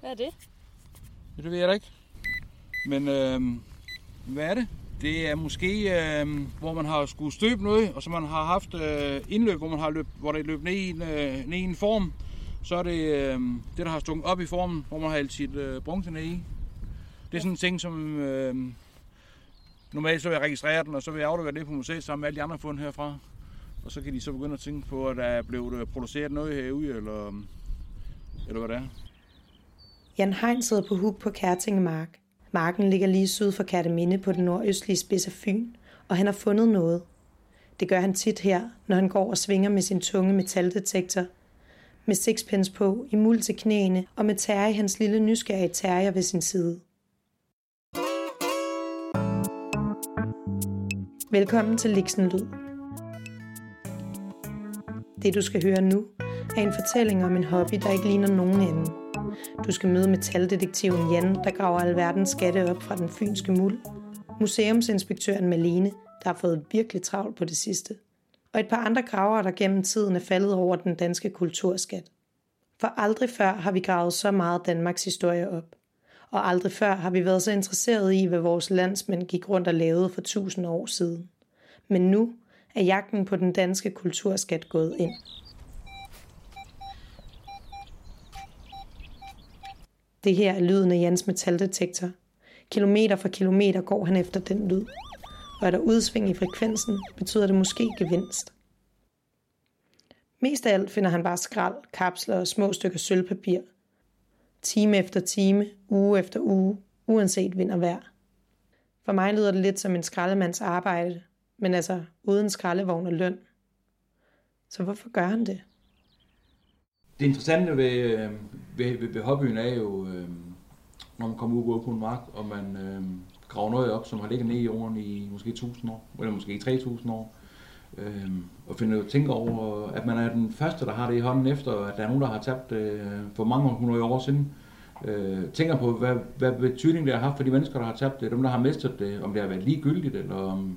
Hvad er det? Det ved jeg da ikke. Men hvad er det? Det er måske, hvor man har skulle støbe noget, og så man har haft indløb, hvor det løb ned i en form. Så er det det, der har stukket op i formen, hvor man har hældt sit bronze ned i. Det er sådan en ting, som normalt så vil jeg registrere den, og så vil jeg aflevere det på museet sammen med alle de andre fund herfra. Og så kan de så begynde at tænke på, at der er blevet produceret noget herude, eller hvad det er. Jan Hein sidder på huk på Kertingemark. Marken ligger lige syd for Kerteminde på den nordøstlige spids af Fyn, og han har fundet noget. Det gør han tit her, når han går og svinger med sin tunge metaldetektor. Med sixpence på, i muld til knæene og med Terje, hans lille nysgerrige terrier ved sin side. Velkommen til Liksen Lyd. Det du skal høre nu, er en fortælling om en hobby, der ikke ligner nogen anden. Du skal møde metaldetektiven Jan, der graver alverdens skatte op fra den fynske muld. Museumsinspektøren Malene, der har fået virkelig travlt på det sidste. Og et par andre gravere, der gennem tiden er faldet over den danske kulturskat. For aldrig før har vi gravet så meget Danmarks historie op. Og aldrig før har vi været så interesserede i, hvad vores landsmænd gik rundt og lavede for 1000 år siden. Men nu er jagten på den danske kulturskat gået ind. Det her er lyden af Jans metaldetektor. Kilometer for kilometer går han efter den lyd. Og er der udsving i frekvensen, betyder det måske gevinst. Mest af alt finder han bare skrald, kapsler og små stykker sølvpapir. Time efter time, uge efter uge, uanset vind og vejr. For mig lyder det lidt som en skraldemands arbejde, men altså uden skraldevogn og løn. Så hvorfor gør han det? Det interessante ved hobbyen er jo, når man kommer ud på en mark, og man graver noget op, som har ligget nede i jorden i måske 1000 år, eller måske 3000 år, og tænker over, at man er den første, der har det i hånden efter, at der er nogen, der har tabt for mange hundrede år siden. Tænker på, hvad betydning det har haft for de mennesker, der har tabt det, dem, der har mistet det, om det har været ligegyldigt, eller om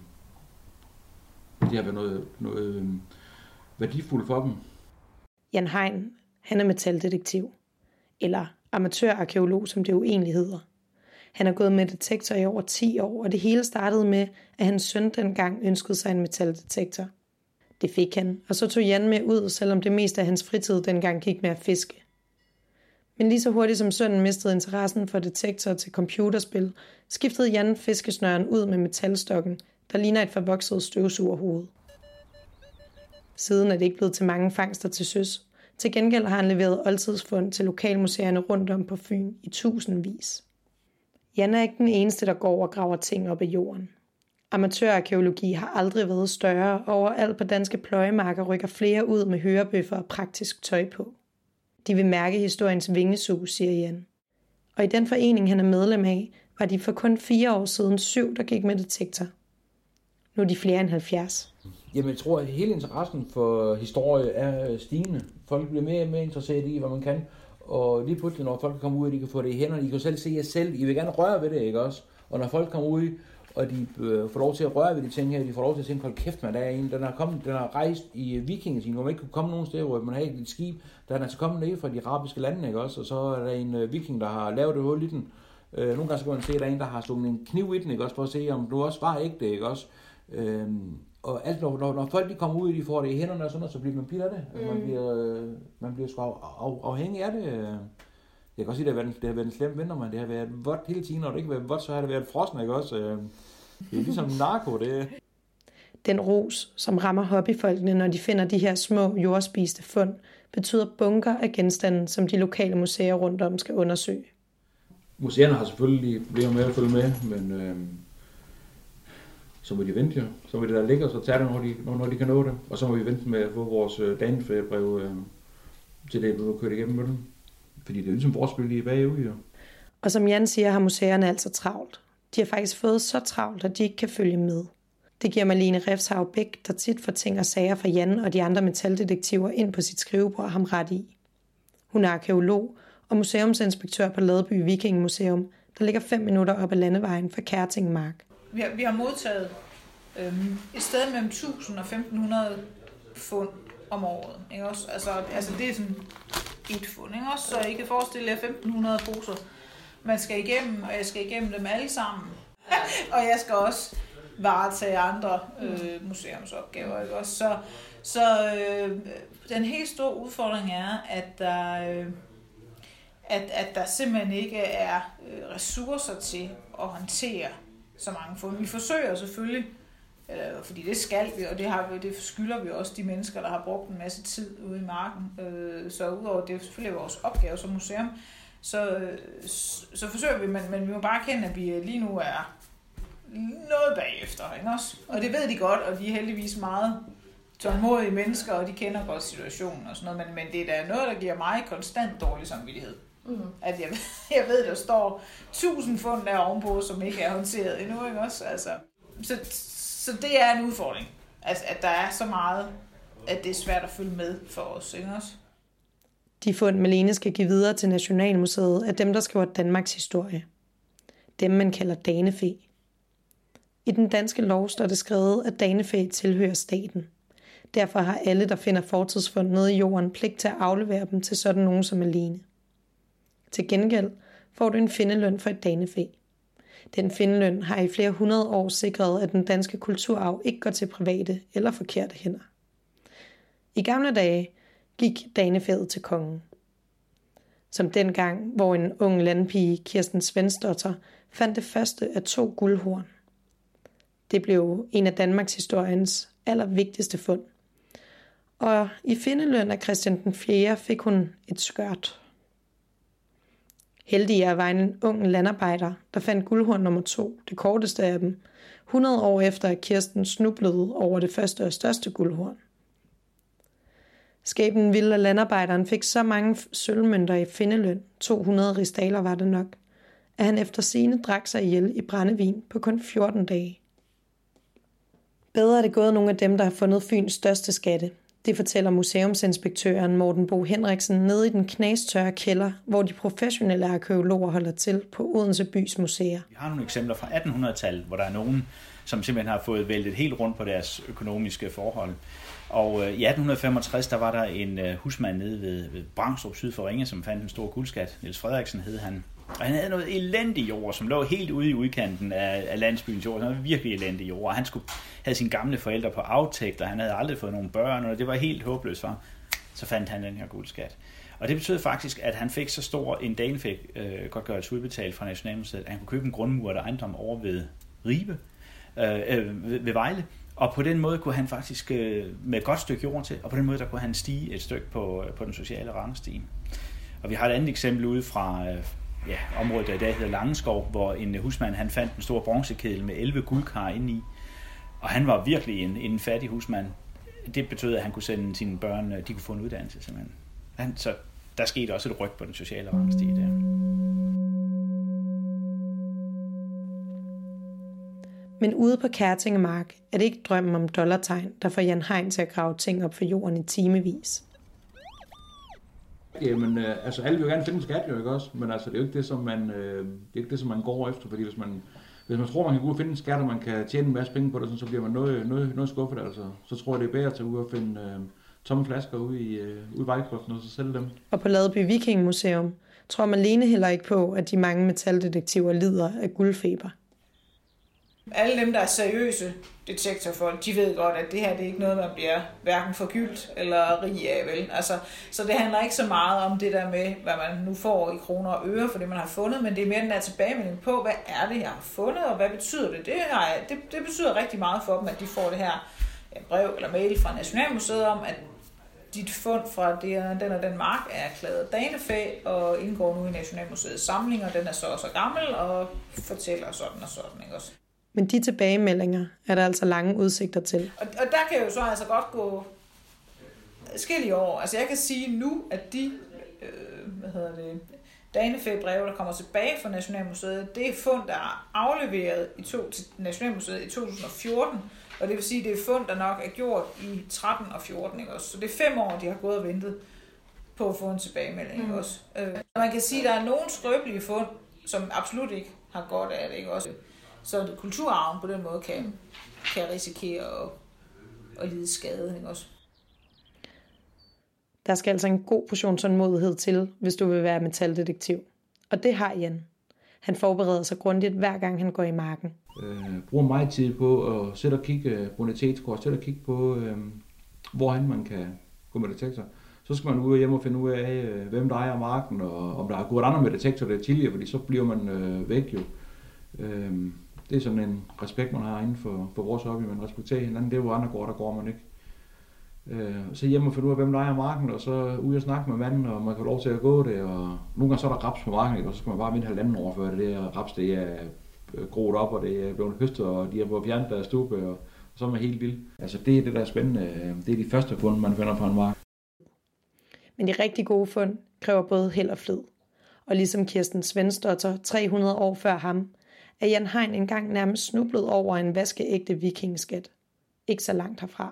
det har været noget værdifuldt for dem. Jan Hein, han er metaldetektiv, eller amatørarkæolog, som det jo egentlig hedder. Han har gået med detektor i over 10 år, og det hele startede med, at hans søn dengang ønskede sig en metaldetektor. Det fik han, og så tog Jan med ud, selvom det meste af hans fritid dengang gik med at fiske. Men lige så hurtigt som sønnen mistede interessen for detektor til computerspil, skiftede Jan fiskesnøren ud med metalstokken, der ligner et forvokset støvsugerhoved. Siden er det ikke blevet til mange fangster til søs. Til gengæld har han leveret oldtidsfund til lokalmuseerne rundt om på Fyn i tusindvis. Jan er ikke den eneste, der går og graver ting op af jorden. Amatørarkæologi har aldrig været større, og overalt på danske pløjemarker rykker flere ud med hørebøffer og praktisk tøj på. De vil mærke historiens vingesug, siger Jan. Og i den forening, han er medlem af, var de for kun 4 år siden 7, der gik med detektor. Nu er de flere end 70. Jamen, jeg tror, at hele interessen for historie er stigende. Folk bliver mere og mere interesseret i, hvad man kan. Og lige pludselig, når folk kommer ud, og de kan få det i hænderne, de kan selv se jer selv. I vil gerne røre ved det, ikke også? Og når folk kommer ud, og de får lov til at røre ved de ting her, de får lov til at tænke, hold kæft, man, der er en, den har rejst i vikingetiden, hvor man ikke kunne komme nogen steder, hvor man havde et skib, der er altså kommet ned fra de arabiske lande, ikke også? Og så er der en viking, der har lavet et hul i den. Nogle gange skal man se, at der er en, der har slået en kniv i den, ikke også? For at se, om du også var ægte, ikke også? Og alt, når folk de kommer ud, de får det i hænderne og sådan noget, så bliver man bidt af det. Man bliver sgu afhængig af det. Jeg kan også sige, at det har været en slem vinter, men det har været vådt hele tiden, og det ikke været vådt, så har det været frossen, ikke også? Det er ligesom narko, det. Den ros, som rammer hobbyfolkene, når de finder de her små jordspiste fund, betyder bunker af genstande, som de lokale museer rundt om skal undersøge. Museerne har selvfølgelig blevet med at følge med, men så må de vente jo. Så må det der ligge, og så tage det, når de kan nå det. Og så må vi vente med at få vores daneferiebrev til det, vi har kørt igennem med dem. Fordi det er ligesom vores spil i bagud, jo. Og som Jan siger, har museerne altså travlt. De har faktisk fået så travlt, at de ikke kan følge med. Det giver Malene Refshav Bæk, der tit får ting og sager fra Jan og de andre metaldetektiver ind på sit skrivebord, ham ret i. Hun er arkeolog og museumsinspektør på Ladby Vikingemuseum, der ligger 5 minutter op ad landevejen fra Kertingemark. Vi har modtaget et sted mellem 1000 og 1500 fund om året. Ikke også? Altså det er sådan et fund, ikke? Også, så I kan forestille jer 1500 poser. Man skal igennem, og jeg skal igennem dem alle sammen. Og jeg skal også varetage andre museumsopgaver, ikke? Også, så den helt store udfordring er, at der simpelthen ikke er ressourcer til at håndtere så mange fund. Vi forsøger selvfølgelig, fordi det skal vi, og det skylder vi også de mennesker, der har brugt en masse tid ude i marken. Så udover det er selvfølgelig vores opgave som museum, så forsøger vi, men vi må bare kende, at vi lige nu er noget bagefter, ikke også? Og det ved de godt, og de er heldigvis meget tålmodige mennesker, og de kender godt situationen og sådan noget, men det er da noget, der giver mig konstant dårlig samvittighed. At jeg ved, der står 1000 fund der ovenpå, som ikke er håndteret endnu, ikke også? Altså, så det er en udfordring, altså, at der er så meget, at det er svært at følge med for os, ikke også? De fund, Malene skal give videre til Nationalmuseet, er dem, der skriver Danmarks historie. Dem, man kalder danefæ. I den danske lov står det skrevet, at danefæ tilhører staten. Derfor har alle, der finder fortidsfund nede i jorden, pligt til at aflevere dem til sådan nogen som Malene. Til gengæld får du en findeløn for et danefæ. Den findeløn har i flere 100 år sikret, at den danske kulturarv ikke går til private eller forkerte hænder. I gamle dage gik danefæet til kongen. Som dengang, hvor en ung landpige, Kirsten Svensdotter, fandt det første af 2 guldhorn. Det blev en af Danmarks historiens allervigtigste fund. Og i findeløn af Christian den 4. fik hun et skørt. Heldigere var en ung landarbejder, der fandt guldhorn nummer 2, det korteste af dem, 100 år efter at Kirsten snublede over det første og største guldhorn. Skæbnen ville, at landarbejderen fik så mange sølvmønter i findeløn, 200 rigsdaler var det nok, at han efter sigende drak sig ihjel i brændevin på kun 14 dage. Bedre er det gået nogle af dem, der har fundet Fyns største skatte. Det fortæller museumsinspektøren Morten Bo Henriksen nede i den knastørre kælder, hvor de professionelle arkæologer holder til på Odense Bys museer. Vi har nogle eksempler fra 1800-tallet, hvor der er nogen, som simpelthen har fået væltet helt rundt på deres økonomiske forhold. Og i 1865, der var der en husmand nede ved Brangstrup syd for Ringe, som fandt en stor guldskat. Niels Frederiksen hed han. Og han havde noget elendig jord, som lå helt ude i udkanten af landsbyens jord. Han var virkelig elendig jord. Og han havde sine gamle forældre på aftægt, og han havde aldrig fået nogen børn, og det var helt håbløst for ham. Så fandt han den her guldskat. Og det betød faktisk, at han fik så stor en danefæ-godtgørelse udbetalt fra Nationalmuseet, at han kunne købe en grundmuret ejendom over ved Ribe, ved Vejle. Og på den måde kunne han faktisk med et godt stykke jord til, og på den måde der kunne han stige et stykke på den sociale rangstige. Og vi har et andet eksempel ude fra området, der i dag hedder Langeskov, hvor en husmand han fandt en stor bronzekedel med 11 guldkar inde i. Og han var virkelig en fattig husmand. Det betød, at han kunne sende sine børn, de kunne få en uddannelse simpelthen. Så der skete også et ryk på den sociale rangstige der. Men ude på Kærtingemark er det ikke drømmen om dollartegn, der får Jan Hein til at grave ting op for jorden i timevis. Jamen, altså alle vil jo gerne finde en skat, jo ikke også? Men altså, det er jo ikke det, som man går efter, fordi hvis man tror, man kan gå ud og finde en skat, og man kan tjene en masse penge på det, så bliver man noget skuffet, altså. Så tror jeg, det er bedre at tage ud og finde tomme flasker ude i Vejlkløften og så sælge dem. Og på Ladby Vikingmuseum tror Malene heller ikke på, at de mange metaldetektiver lider af guldfeber. Alle dem, der er seriøse detektorfolk, de ved godt, at det her det er ikke noget, man bliver hverken forgyldt eller rig af, vel? Altså, så det handler ikke så meget om det der med, hvad man nu får i kroner og øre for det, man har fundet, men det er mere den der tilbagemelding på, hvad er det, jeg har fundet, og hvad betyder det? Det betyder rigtig meget for dem, at de får det her brev eller mail fra Nationalmuseet om, at dit fund fra den og den mark er erklæret danefæ og indgår nu i Nationalmuseets samling, og den er så gammel og fortæller sådan og sådan, ikke også? Men de tilbagemeldinger er der altså lange udsigter til. Og der kan jo så altså godt gå forskellige år. Altså jeg kan sige nu, at de danefæ-breve, der kommer tilbage fra Nationalmuseet, det er fund, der er afleveret til Nationalmuseet i 2014. Og det vil sige, at det er fund, der nok er gjort i 13 og 14. Ikke også? Så det er 5 år, de har gået og ventet på at få en tilbagemelding. Også. Man kan sige, at der er nogle skrøbelige fund, som absolut ikke har godt af det. Ikke også? Så kulturarven på den måde kan risikere at lide skade. Ikke også? Der skal altså en god portion tålmodighed til, hvis du vil være metaldetektiv. Og det har Jan. Han forbereder sig grundigt, hver gang han går i marken. Bruger meget tid på at sætte og kigge bonitetskort, sætte og kigge på, hvorhen man kan gå med detektor. Så skal man ud hjem og finde ud af, hvem der ejer marken, og om der er gået andre med detektor det tidligere, fordi så bliver man væk jo. Det er sådan en respekt, man har inden for vores hobby, man respekterer hinanden. Det er jo andre går, der går man ikke. Så hjem og finde ud af, hvem der ejer marken, og så ud og snakke med manden, og man kan få lov til at gå det. Og nogle gange så er der raps på marken, og så skal man bare vinde 1,5 år før det er raps, det er groet op, og det er blevet høstet, og de er på fjernet deres stube, og så er man helt vild. Altså det er det, der er spændende. Det er de første fund, man finder på en mark. Men de rigtig gode fund kræver både held og flid. Og ligesom Kirsten Svensdotter 300 år før ham, er Jan Hein engang nærmest snublet over en vaskeægte vikingeskat. Ikke så langt herfra.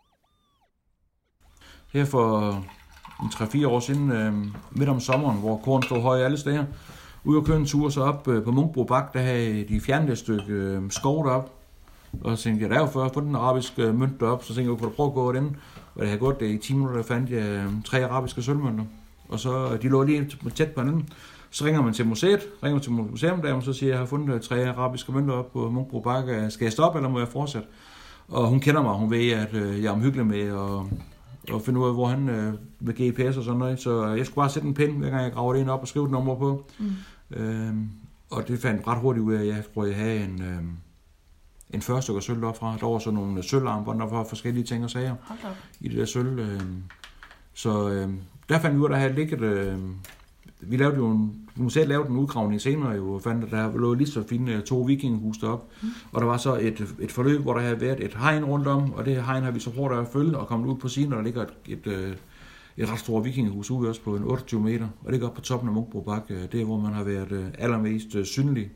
Her for 3-4 år siden, midt om sommeren, hvor korn stod højt alle steder, ude og køre en tur så op på Munkbro Bakke, der havde de fjernet et stykke skov derop. Og så tænkte jeg, der er jo før at få den arabiske mønt derop, så tænkte jeg, kunne du prøve at gå den? Og det havde gået i 10 minutter, der fandt jeg 3 arabiske sølvmønter. Og så de lå lige tæt på hinanden. Så ringer man til museet, ringer til museum der, og så siger jeg har fundet 3 arabiske mønter op på Munkbro Bakke. Skal jeg stoppe, eller må jeg fortsætte? Og hun kender mig, hun ved, at jeg er omhyggelig med og finde ud af, hvor han med GPS og sådan noget. Så jeg skulle bare sætte en pind, hver gang jeg graver det ind op og skrive et nummer på. Og det fandt ret hurtigt ud af, at jeg tror, jeg havde en 40 stykker sølv derfra. Der var så nogle sølvarmbånd, der var forskellige ting og sager i det der sølv. Så der fandt vi ud af, at der havde ligget... Vi lavede jo museet lavede en udgravning senere jo, og fandt, at der lå lige så fine 2 vikingehus deroppe. Og der var så et forløb, hvor der havde været et hegn rundt om, og det hegn har vi så prøvet at følge og kommet ud på siden, og der ligger et ret stort vikingehus ude også på en 28 meter, og det ligger op på toppen af Munkbro Bakke. Det er, hvor man har været allermest synlig.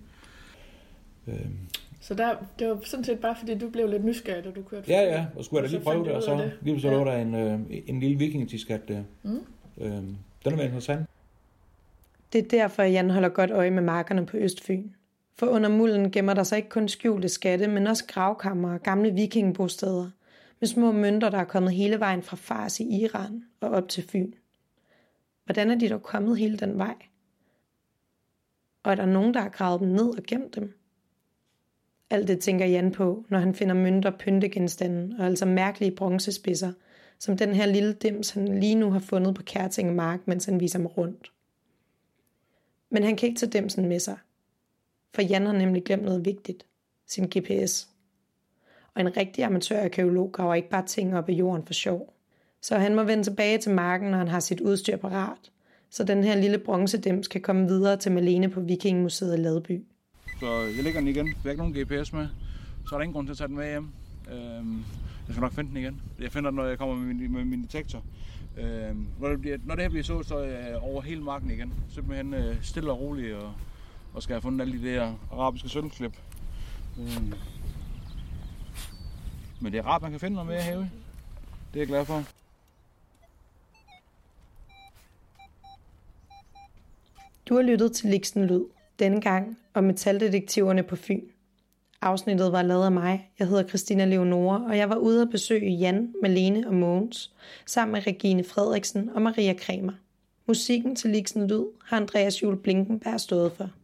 Så det var sådan set bare, fordi du blev lidt nysgerrig, da du kørte? Ja, og skulle jeg da lige prøve det, og så lige så lå der en lille vikingetiskat der. Den er interessant. Det er derfor, Jan holder godt øje med markerne på Østfyn. For under mulden gemmer der sig ikke kun skjulte skatte, men også gravkammer og gamle vikingebosteder med små mønter, der er kommet hele vejen fra Fars i Iran og op til Fyn. Hvordan er de dog kommet hele den vej? Og er der nogen, der har gravet dem ned og gemt dem? Alt det tænker Jan på, når han finder mønter, pyntegenstande og altså mærkelige bronzespidser, som den her lille dims, han lige nu har fundet på Kærtinge Mark, mens han viser mig rundt. Men han kan ikke tage dimsen med sig, for Jan har nemlig glemt noget vigtigt, sin GPS. Og en rigtig amatørarkæolog graver ikke bare ting op af jorden for sjov. Så han må vende tilbage til marken, når han har sit udstyr parat, så den her lille bronzedims kan komme videre til Malene på Vikingemuseet i Ladby. Så jeg lægger den igen. Jeg har ikke nogen GPS med, så er der ingen grund til at tage den med hjem. Jeg skal nok finde den igen. Jeg finder den, når jeg kommer med min detektor. Når det her bliver så over hele marken igen. Simpelthen stille og roligt, og skal have fundet alle de der arabiske sølvklip. Men det er rart, man kan finde noget mere her. Det er jeg glad for. Du har lyttet til Liksten Lyd, denne gang om metaldetektiverne på Fyn. Afsnittet var lavet af mig. Jeg hedder Christina Leonora, og jeg var ude at besøge Jan, Malene og Mogens, sammen med Regine Frederiksen og Maria Kremer. Musikken til Liksten Lyd har Andreas Juel Blinkenberg stået for.